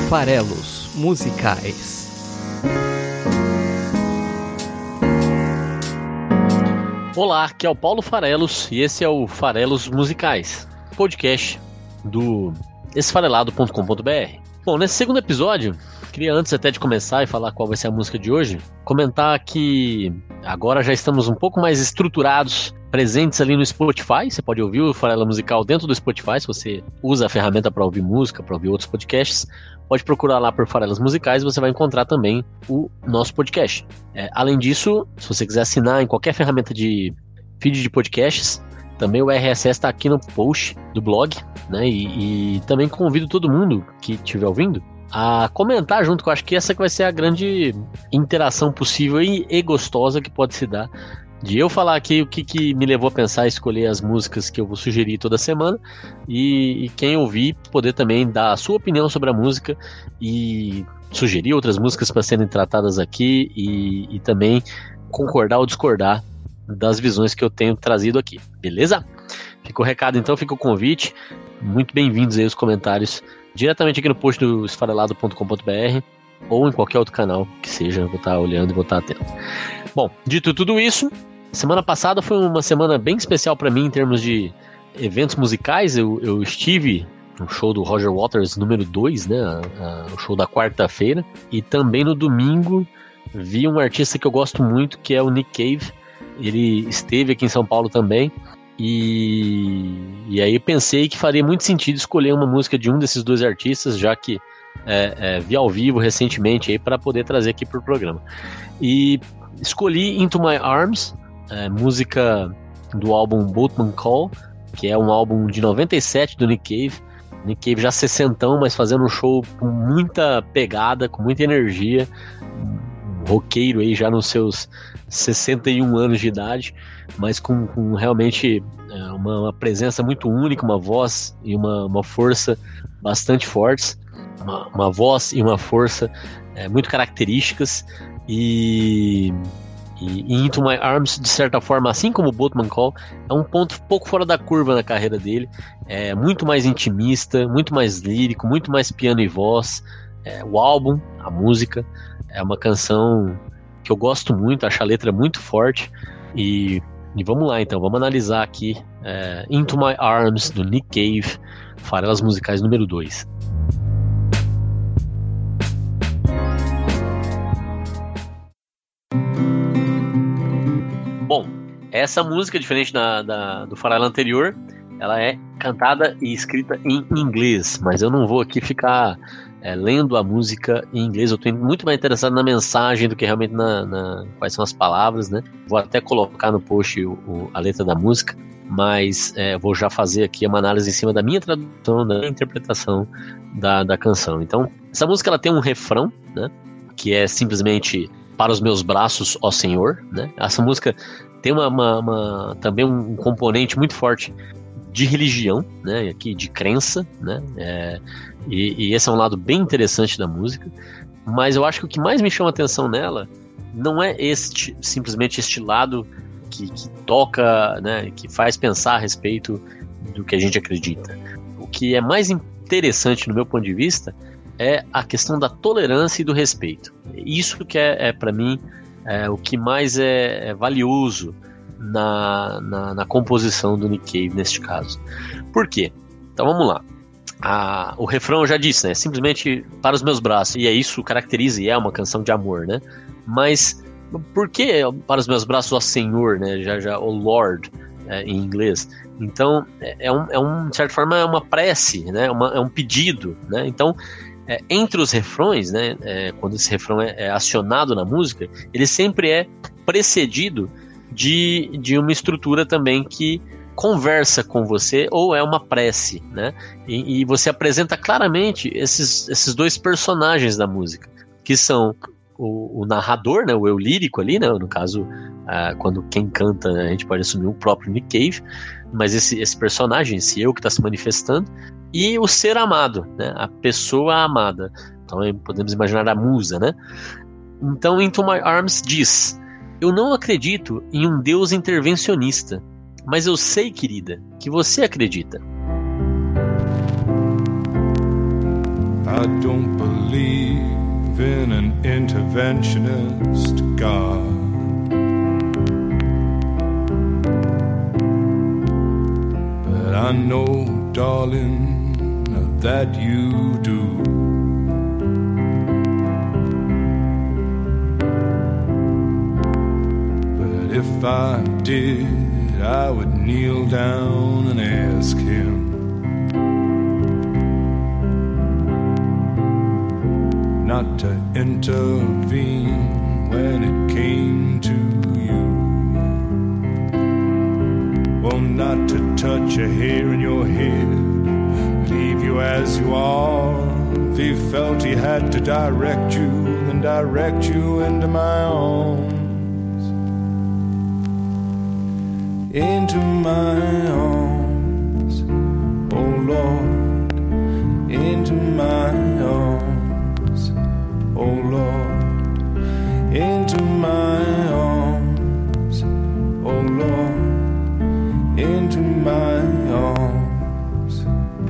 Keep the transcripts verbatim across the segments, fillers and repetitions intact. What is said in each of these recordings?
Farelos Musicais. Olá, aqui é o Paulo Farelos e esse é o Farelos Musicais, podcast do esfarelado ponto com ponto b r. Bom, nesse segundo episódio, queria antes até de começar e falar qual vai ser a música de hoje, comentar que agora já estamos um pouco mais estruturados, presentes ali no Spotify. Você pode ouvir o Farela Musical dentro do Spotify, se você usa a ferramenta para ouvir música, para ouvir outros podcasts. Pode procurar lá por Farelas Musicais e você vai encontrar também o nosso podcast. É, além disso, se você quiser assinar em qualquer ferramenta de feed de podcasts, também o R S S está aqui no post do blog, né? E, e também convido todo mundo que estiver ouvindo a comentar junto, que eu acho que essa que vai ser a grande interação possível e, e gostosa que pode se dar de eu falar aqui o que, que me levou a pensar e escolher as músicas que eu vou sugerir toda semana e, e quem ouvir poder também dar a sua opinião sobre a música e sugerir outras músicas para serem tratadas aqui e, e também concordar ou discordar das visões que eu tenho trazido aqui, beleza? Fica o recado então, fica o convite, muito bem-vindos aí os comentários diretamente aqui no post do esfarelado ponto com ponto b r ou em qualquer outro canal que seja, eu vou estar olhando e vou estar atento. Bom, dito tudo isso, semana passada foi uma semana bem especial para mim em termos de eventos musicais. Eu, eu estive no show do Roger Waters número dois, né, a, a, o show da quarta-feira, e também no domingo vi um artista que eu gosto muito, que é o Nick Cave. Ele esteve aqui em São Paulo também, e, e aí pensei que faria muito sentido escolher uma música de um desses dois artistas, já que é, é, vi ao vivo recentemente para poder trazer aqui para o programa. E escolhi Into My Arms, é, música do álbum Boatman Call, que é um álbum de noventa e sete do Nick Cave. Nick Cave já sessentão, mas fazendo um show com muita pegada, com muita energia, um roqueiro aí já nos seus sessenta e um anos de idade, mas com, com realmente é, uma, uma presença muito única, uma voz e uma, uma força bastante fortes, uma, uma voz e uma força é, muito características. E, e, e Into My Arms, de certa forma, assim como o Boatman Call, é um ponto um pouco fora da curva na carreira dele, é muito mais intimista, muito mais lírico, muito mais piano e voz. É, o álbum, a música, é uma canção que eu gosto muito, acho a letra muito forte, e, e vamos lá então, vamos analisar aqui é, Into My Arms, do Nick Cave, Farelas Musicais número dois. Bom, essa música, diferente da, da, do farelo anterior, ela é cantada e escrita em inglês, mas eu não vou aqui ficar é, lendo a música em inglês. Eu estou muito mais interessado na mensagem do que realmente na, na quais são as palavras, né? Vou até colocar no post o, o, a letra da música, mas é, vou já fazer aqui uma análise em cima da minha tradução, da minha interpretação da, da canção. Então, essa música ela tem um refrão, né? Que é simplesmente "Para os meus braços, ó Senhor", né? Essa música tem uma, uma, uma, também um componente muito forte de religião, né? Aqui, de crença, né? É, e, e esse é um lado bem interessante da música, mas eu acho que o que mais me chama a atenção nela não é este, simplesmente este lado que, que toca, né? Que faz pensar a respeito do que a gente acredita. O que é mais interessante no meu ponto de vista é a questão da tolerância e do respeito. Isso que é, é para mim, é, o que mais é, é valioso na, na, na composição do Nick Cave neste caso. Por quê? Então vamos lá. A, o refrão eu já disse, né? Simplesmente "para os meus braços", e é isso caracteriza e é uma canção de amor, né? Mas por que "para os meus braços, ó Senhor", né? Já, já, o Lord, é, em inglês. Então é, um, é um, de certa forma é uma prece, né? Uma, é um pedido, né? Então É, entre os refrões, né, é, quando esse refrão é, é acionado na música, ele sempre é precedido de, de uma estrutura também que conversa com você, ou é uma prece, né, e, e você apresenta claramente esses, esses dois personagens da música, que são o, o narrador, né, o eu lírico ali, né, no caso, ah, quando quem canta, né, a gente pode assumir o próprio Nick Cave, mas esse, esse personagem, esse eu que está se manifestando, e o ser amado, né? A pessoa amada. Então podemos imaginar a musa, né? Então Into My Arms diz: "Eu não acredito em um Deus intervencionista, mas eu sei, querida, que você acredita." I don't believe in an interventionist God. But I know, darling, that you do. But if I did, I would kneel down and ask him not to intervene when it came to you. Well, not to touch a hair in your head, leave you as you are. If he felt he had to direct you, then direct you into my arms. Into my arms, oh Lord, into my arms, oh Lord, into my arms, oh Lord, into my arms.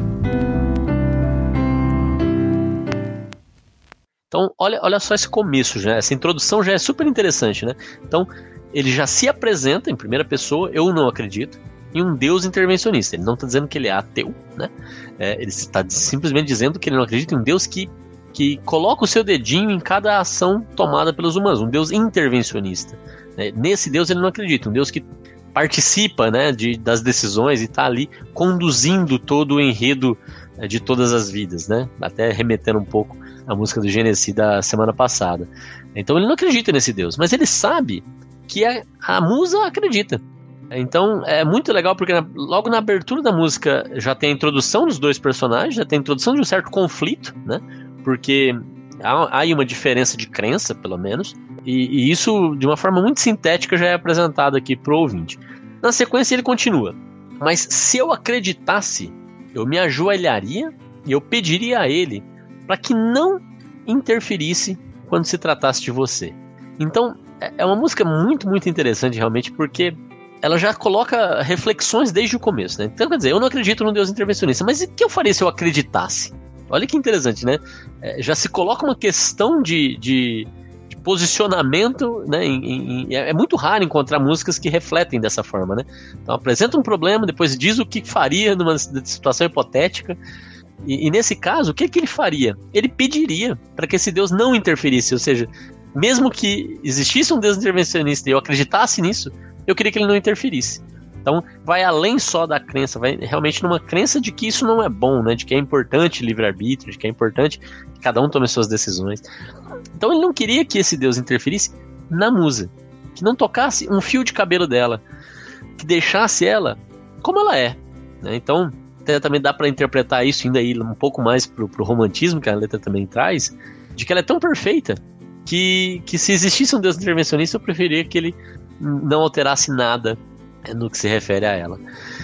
Então, olha, olha só esse começo, já, essa introdução já é super interessante, né? Então, ele já se apresenta em primeira pessoa, eu não acredito, em um Deus intervencionista. Ele não está dizendo que ele é ateu, né? É, ele está simplesmente dizendo que ele não acredita em um Deus que, que coloca o seu dedinho em cada ação tomada pelos humanos, um Deus intervencionista. Né? Nesse Deus ele não acredita, um Deus que participa, né, de, das decisões e está ali conduzindo todo o enredo é, de todas as vidas, né? Até remetendo um pouco à música do Genesi da semana passada. Então ele não acredita nesse Deus, mas ele sabe que a, a musa acredita. Então é muito legal porque na, logo na abertura da música já tem a introdução dos dois personagens, já tem a introdução de um certo conflito, né? Porque há, há aí uma diferença de crença, pelo menos, e, e isso de uma forma muito sintética já é apresentado aqui pro ouvinte. Na sequência ele continua: mas se eu acreditasse, eu me ajoelharia e eu pediria a ele para que não interferisse quando se tratasse de você. Então é uma música muito, muito interessante realmente, porque ela já coloca reflexões desde o começo, né? Então, quer dizer, eu não acredito num Deus intervencionista, mas o que eu faria se eu acreditasse? Olha que interessante, né? É, já se coloca uma questão de, de, de posicionamento, né? Em, em, é muito raro encontrar músicas que refletem dessa forma, né? Então apresenta um problema, depois diz o que faria numa situação hipotética. E, e nesse caso, o que, que ele faria? Ele pediria para que esse Deus não interferisse, ou seja, mesmo que existisse um Deus intervencionista e eu acreditasse nisso, eu queria que ele não interferisse. Então vai além só da crença, vai realmente numa crença de que isso não é bom, né? De que é importante livre-arbítrio, de que é importante que cada um tome suas decisões. Então ele não queria que esse Deus interferisse na musa, que não tocasse um fio de cabelo dela, que deixasse ela como ela é, né? Então também dá para interpretar isso ainda aí um pouco mais pro, pro romantismo que a letra também traz, de que ela é tão perfeita que, que se existisse um Deus intervencionista eu preferia que ele não alterasse nada no que se refere a ela.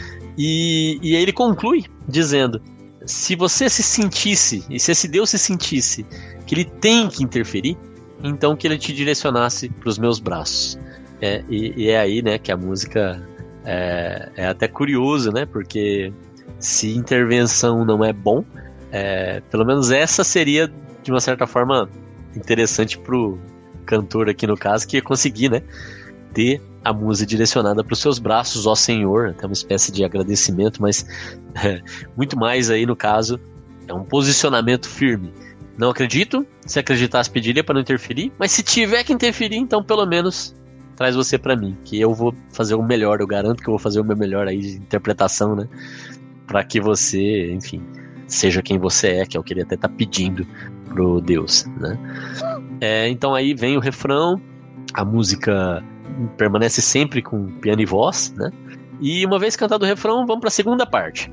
E, e aí ele conclui dizendo: se você se sentisse, e se esse Deus se sentisse que ele tem que interferir, então que ele te direcionasse para os meus braços. É, e, e é aí, né, que a música é, é até curioso, né, porque se intervenção não é bom, é, pelo menos essa seria de uma certa forma interessante pro cantor aqui no caso, que ia conseguir, né, ter a musa direcionada para os seus braços, ó Senhor, até uma espécie de agradecimento, mas é, muito mais aí no caso é um posicionamento firme. Não acredito, se acreditasse pediria para não interferir, mas se tiver que interferir, então pelo menos traz você para mim, que eu vou fazer o melhor, eu garanto que eu vou fazer o meu melhor aí de interpretação, né, para que você, enfim, seja quem você é, que é o que ele até tá pedindo pro Deus, né. É, então aí vem o refrão, a música permanece sempre com piano e voz, né? E uma vez cantado o refrão, vamos para a segunda parte.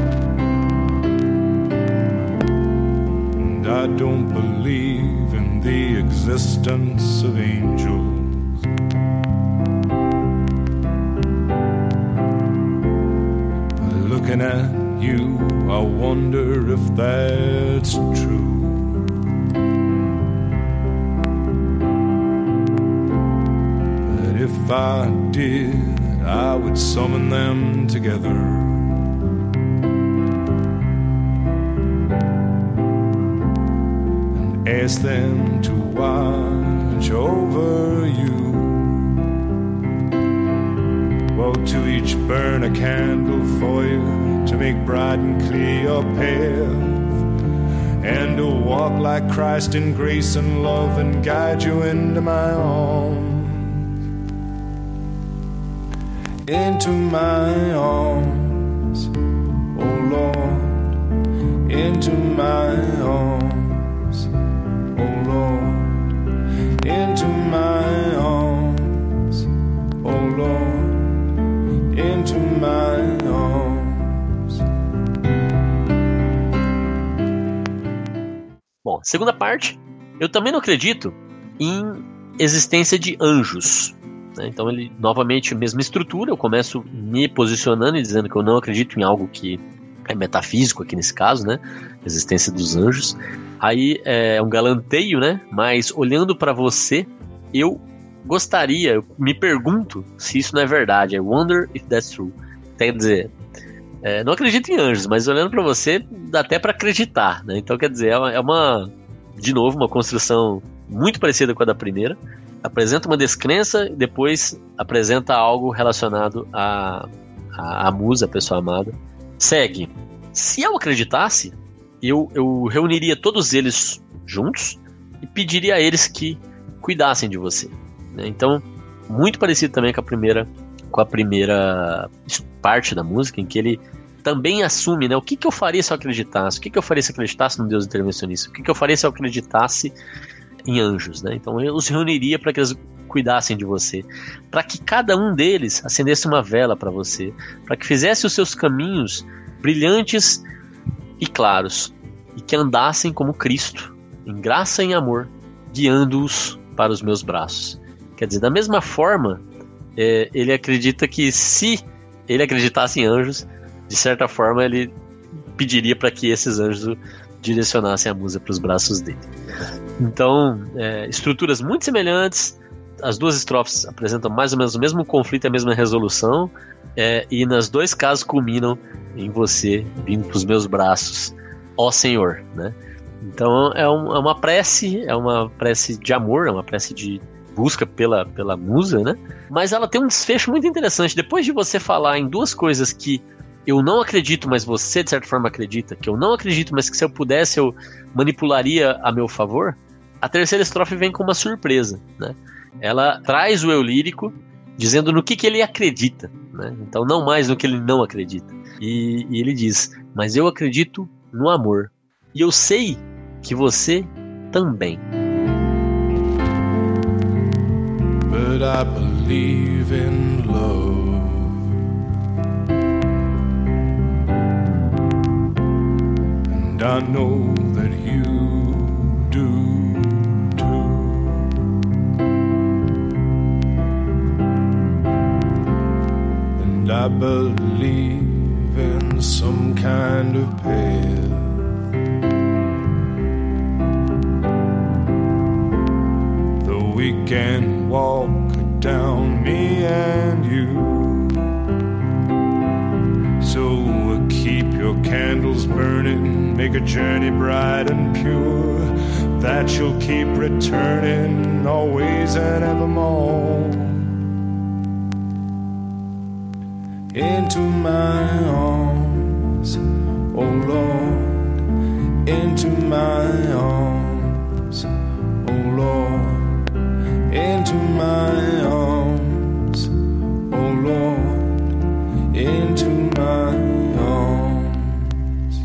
And I don't believe in the existence of angels. Looking at you, I wonder if that's true. If I did, I would summon them together. ask them to watch over you. Well, to each burn a candle for you, to make bright and clear your path, and to walk like Christ in grace and love and guide you into my arms, into my arms, oh Lord, into my arms, oh Lord, into my arms, oh Lord, into my arms. Bom, segunda parte, eu também não acredito em existência de anjos. Então ele, novamente, a mesma estrutura, eu começo me posicionando e dizendo que eu não acredito em algo que é metafísico aqui nesse caso, né, existência dos anjos. Aí é um galanteio, né, mas olhando para você, eu gostaria, eu me pergunto se isso não é verdade, I wonder if that's true. Quer dizer, é, não acredito em anjos, mas olhando para você, dá até para acreditar, né, então quer dizer, é uma, é uma, de novo, uma construção muito parecida com a da primeira. Apresenta uma descrença e depois apresenta algo relacionado à, à, à musa, a pessoa amada. Segue. Se eu acreditasse, eu, eu reuniria todos eles juntos e pediria a eles que cuidassem de você. Né? Então, muito parecido também com a primeira, com a primeira parte da música, em que ele também assume, né, o que, que eu faria se eu acreditasse, o que, que eu faria se eu acreditasse num Deus intervencionista, o que, que eu faria se eu acreditasse em anjos, né? Então eu os reuniria para que eles cuidassem de você, para que cada um deles acendesse uma vela para você, para que fizesse os seus caminhos brilhantes e claros, e que andassem como Cristo, em graça e em amor, guiando-os para os meus braços. Quer dizer, da mesma forma, é, ele acredita que se ele acreditasse em anjos, de certa forma ele pediria para que esses anjos direcionassem a musa para os braços dele. Então, é, estruturas muito semelhantes, as duas estrofes apresentam mais ou menos o mesmo conflito e a mesma resolução, é, e nos dois casos culminam em você vindo para os meus braços, ó Senhor, né? Então é, um, é uma prece, é uma prece de amor, é uma prece de busca pela, pela musa, né? Mas ela tem um desfecho muito interessante. Depois de você falar em duas coisas que eu não acredito, mas você de certa forma acredita, que eu não acredito, mas que se eu pudesse eu manipularia a meu favor, a terceira estrofe vem com uma surpresa, né? Ela traz o eu lírico dizendo no que, que ele acredita, né? Então não mais no que ele não acredita. E, e ele diz, mas eu acredito no amor. E eu sei que você também. But I believe in love. And I know that you do. I believe in some kind of path, though we can walk down, me and you. So we'll keep your candles burning, make a journey bright and pure, that you'll keep returning always and evermore. Into my arms, oh Lord, into my arms, oh Lord, into my arms, oh Lord, into my arms.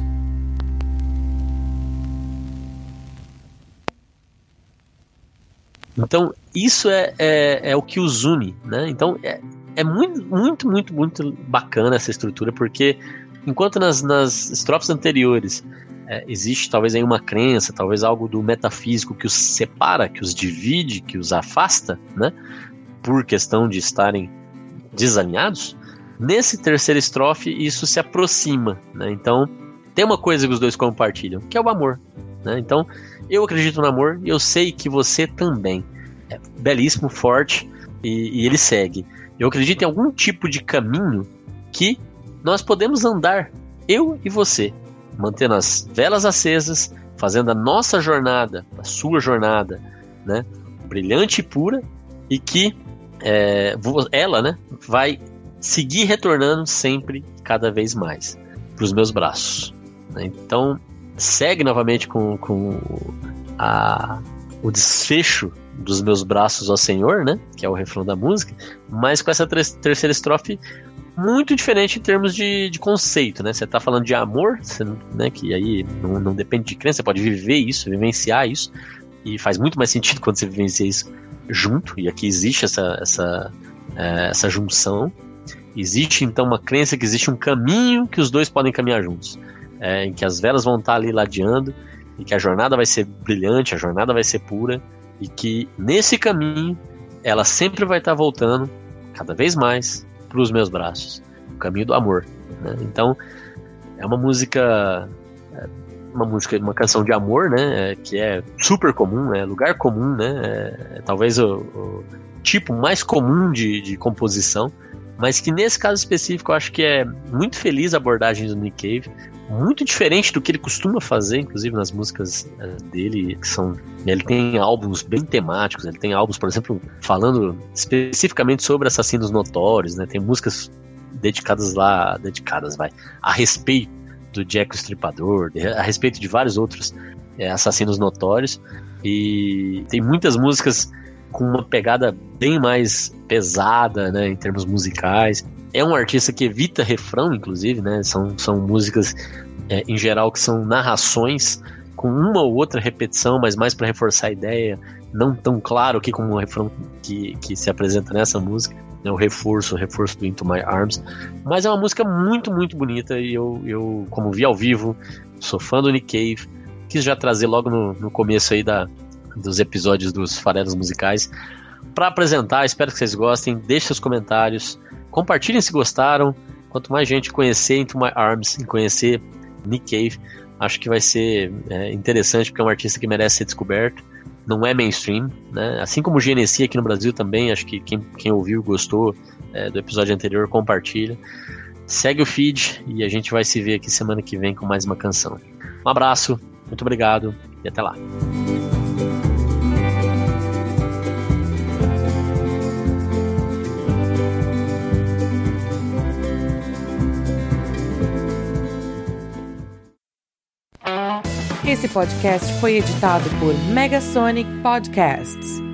Então, isso é, é, é o que os une, né? Então, é É muito, muito, muito, muito bacana essa estrutura, porque enquanto nas, nas estrofes anteriores é, existe talvez aí uma crença, talvez algo do metafísico que os separa, que os divide, que os afasta, né, por questão de estarem desalinhados, nesse terceira estrofe isso se aproxima, né? Então tem uma coisa que os dois compartilham, que é o amor, né? Então eu acredito no amor e eu sei que você também. É belíssimo, forte, e, e ele segue. Eu acredito em algum tipo de caminho que nós podemos andar, eu e você, mantendo as velas acesas fazendo a nossa jornada, a sua jornada, né, brilhante e pura, e que é, ela, né, vai seguir retornando sempre, cada vez mais, para os meus braços. Né? Então, segue novamente com, com a, o desfecho dos meus braços ao Senhor, né, que é o refrão da música, mas com essa ter- terceira estrofe muito diferente em termos de, de conceito, né? Você está falando de amor, você, né, que aí não, não depende de crença, você pode viver isso, vivenciar isso, e faz muito mais sentido quando você vivencia isso junto, e aqui existe essa, essa, é, essa junção. Existe então uma crença que existe um caminho que os dois podem caminhar juntos, é, em que as velas vão estar ali ladeando, e que a jornada vai ser brilhante, a jornada vai ser pura, e que nesse caminho ela sempre vai estar voltando cada vez mais para os meus braços, o caminho do amor, né? Então é uma música, uma música, uma canção de amor, né? Que é super comum, é lugar comum, né? É, é talvez o, o tipo mais comum de, de composição, mas que nesse caso específico eu acho que é muito feliz a abordagem do Nick Cave, muito diferente do que ele costuma fazer, inclusive nas músicas dele, que são, ele tem álbuns bem temáticos, ele tem álbuns, por exemplo, falando especificamente sobre assassinos notórios, né? Tem músicas dedicadas lá, dedicadas, vai, a respeito do Jack o Estripador, a respeito de vários outros é, assassinos notórios, e tem muitas músicas com uma pegada bem mais pesada, né, em termos musicais. É um artista que evita refrão, inclusive, né? São, são músicas, é, em geral, que são narrações com uma ou outra repetição, mas mais para reforçar a ideia, não tão claro aqui como o refrão que, que se apresenta nessa música, né? O reforço, o reforço do Into My Arms. Mas é uma música muito, muito bonita, e eu, eu como vi ao vivo, sou fã do Nick Cave, quis já trazer logo no, no começo aí da, dos episódios dos Farelos Musicais para apresentar. Espero que vocês gostem, deixem seus comentários, compartilhem se gostaram. Quanto mais gente conhecer Into My Arms e conhecer Nick Cave, acho que vai ser é, interessante, porque é um artista que merece ser descoberto. Não é mainstream, né? Assim como o Genesi aqui no Brasil também. Acho que quem, quem ouviu e gostou é, do episódio anterior, compartilha. Segue o feed e a gente vai se ver aqui semana que vem com mais uma canção. Um abraço, muito obrigado e até lá. Esse podcast foi editado por Megasonic Podcasts.